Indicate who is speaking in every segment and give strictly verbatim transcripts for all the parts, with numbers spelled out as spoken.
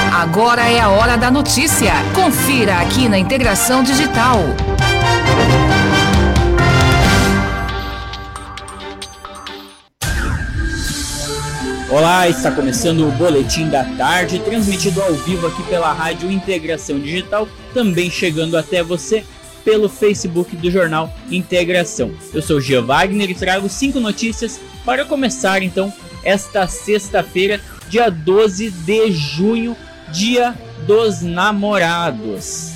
Speaker 1: Agora é a hora da notícia. Confira aqui na Integração Digital.
Speaker 2: Olá, está começando o Boletim da Tarde, transmitido ao vivo aqui pela Rádio Integração Digital, também chegando até você pelo Facebook do Jornal Integração. Eu sou Gia Wagner e trago cinco notícias para começar então esta sexta-feira, dia doze de junho, Dia dos Namorados.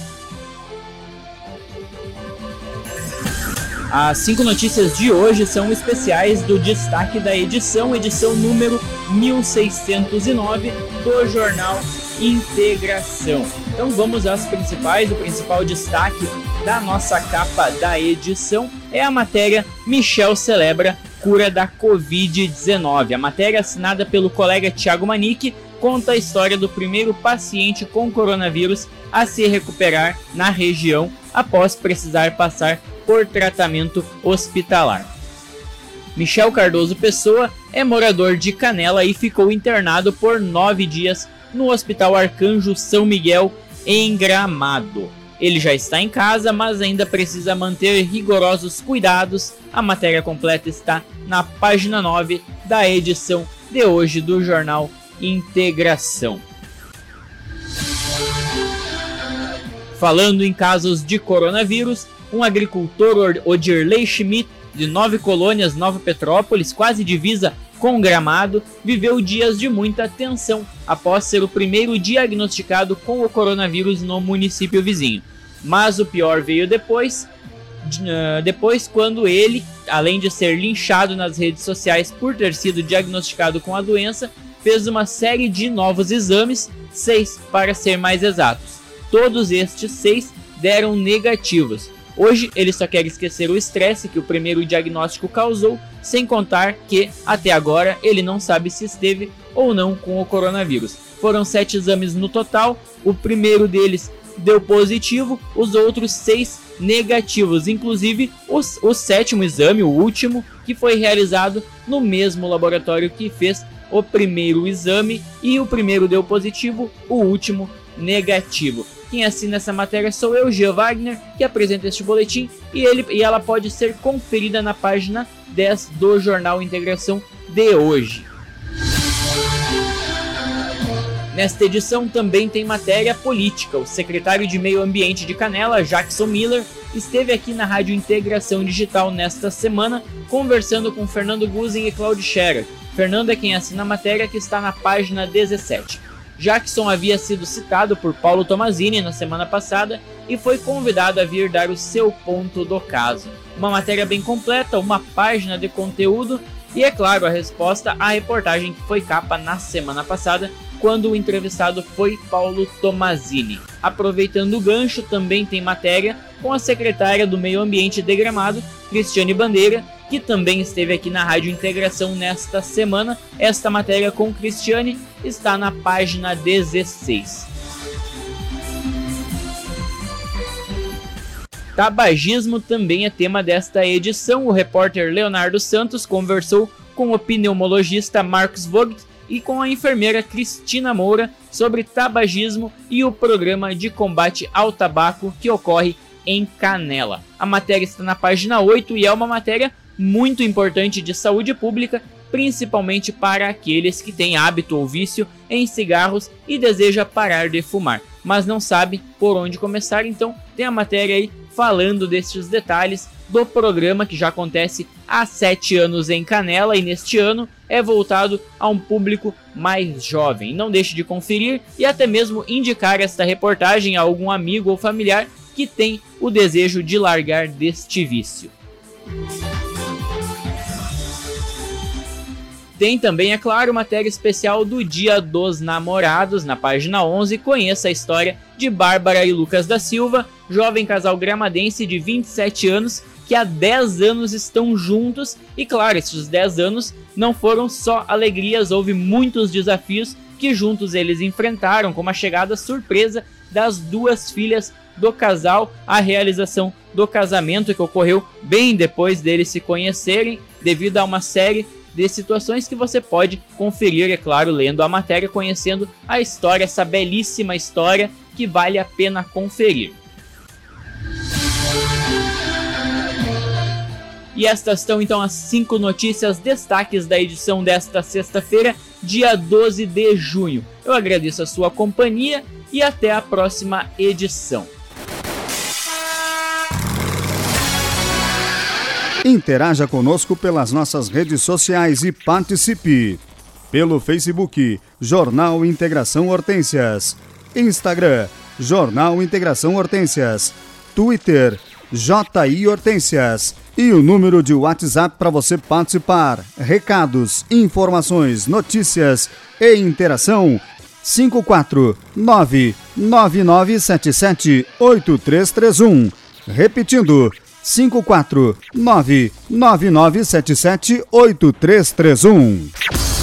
Speaker 2: As cinco notícias de hoje são especiais do destaque da edição, edição número mil seiscentos e nove do Jornal Integração. Então vamos às principais. O principal destaque da nossa capa da edição é a matéria Michel celebra cura da covid dezenove. A matéria, assinada pelo colega Thiago Manique, conta a história do primeiro paciente com coronavírus a se recuperar na região após precisar passar por tratamento hospitalar. Michel Cardoso Pessoa é morador de Canela e ficou internado por nove dias no Hospital Arcanjo São Miguel, em Gramado. Ele já está em casa, mas ainda precisa manter rigorosos cuidados. A matéria completa está na página nove da edição de hoje do Jornal Integração. Falando em casos de coronavírus, um agricultor, Odirley Schmidt, de Nove Colônias, Nova Petrópolis, quase divisa com Gramado, viveu dias de muita tensão após ser o primeiro diagnosticado com o coronavírus no município vizinho. Mas o pior veio depois, depois quando ele, além de ser linchado nas redes sociais por ter sido diagnosticado com a doença, fez uma série de novos exames, seis para ser mais exatos. Todos estes seis deram negativos. Hoje ele só quer esquecer o estresse que o primeiro diagnóstico causou, sem contar que, até agora, ele não sabe se esteve ou não com o coronavírus. Foram sete exames no total, o primeiro deles deu positivo, os outros seis negativos, inclusive o, o sétimo exame, o último, que foi realizado no mesmo laboratório que fez o primeiro exame, e o primeiro deu positivo, o último negativo. Quem assina essa matéria sou eu, Gia Wagner, que apresenta este boletim, e, ele, e ela pode ser conferida na página dez do Jornal Integração de hoje. Nesta edição também tem matéria política. O secretário de Meio Ambiente de Canela, Jackson Miller, esteve aqui na Rádio Integração Digital nesta semana, conversando com Fernando Guzin e Claudio Scherer. Fernando é quem assina a matéria, que está na página dezessete. Jackson havia sido citado por Paulo Tomazini na semana passada e foi convidado a vir dar o seu ponto do caso. Uma matéria bem completa, uma página de conteúdo e, é claro, a resposta à reportagem que foi capa na semana passada, quando o entrevistado foi Paulo Tomazini. Aproveitando o gancho, também tem matéria com a secretária do Meio Ambiente de Gramado, Cristiane Bandeira, que também esteve aqui na Rádio Integração nesta semana. Esta matéria com Cristiane está na página dezesseis. Tabagismo também é tema desta edição. O repórter Leonardo Santos conversou com o pneumologista Marcos Vogt e com a enfermeira Cristina Moura sobre tabagismo e o programa de combate ao tabaco que ocorre em Canela. A matéria está na página oito e é uma matéria muito importante de saúde pública, principalmente para aqueles que têm hábito ou vício em cigarros e deseja parar de fumar, mas não sabe por onde começar. Então tem a matéria aí falando destes detalhes do programa que já acontece há sete anos em Canela e neste ano é voltado a um público mais jovem. Não deixe de conferir e até mesmo indicar esta reportagem a algum amigo ou familiar que tem o desejo de largar deste vício. Tem também, é claro, matéria especial do Dia dos Namorados, na página onze. Conheça a história de Bárbara e Lucas da Silva, jovem casal gramadense de vinte e sete anos, que há dez anos estão juntos. E claro, esses dez anos não foram só alegrias, houve muitos desafios que juntos eles enfrentaram, como a chegada surpresa das duas filhas do casal, a realização do casamento que ocorreu bem depois deles se conhecerem, devido a uma série de situações que você pode conferir, é claro, lendo a matéria, conhecendo a história, essa belíssima história que vale a pena conferir. E estas são então as cinco notícias destaques da edição desta sexta-feira, dia doze de junho. Eu agradeço a sua companhia e até a próxima edição.
Speaker 3: Interaja conosco pelas nossas redes sociais e participe. Pelo Facebook, Jornal Integração Hortências. Instagram, Jornal Integração Hortências. Twitter, J I Hortências. E o número de WhatsApp para você participar. Recados, informações, notícias e interação. cinco quatro nove nove nove sete sete oito três três um. Repetindo, cinco quatro nove nove nove sete sete oito três três um.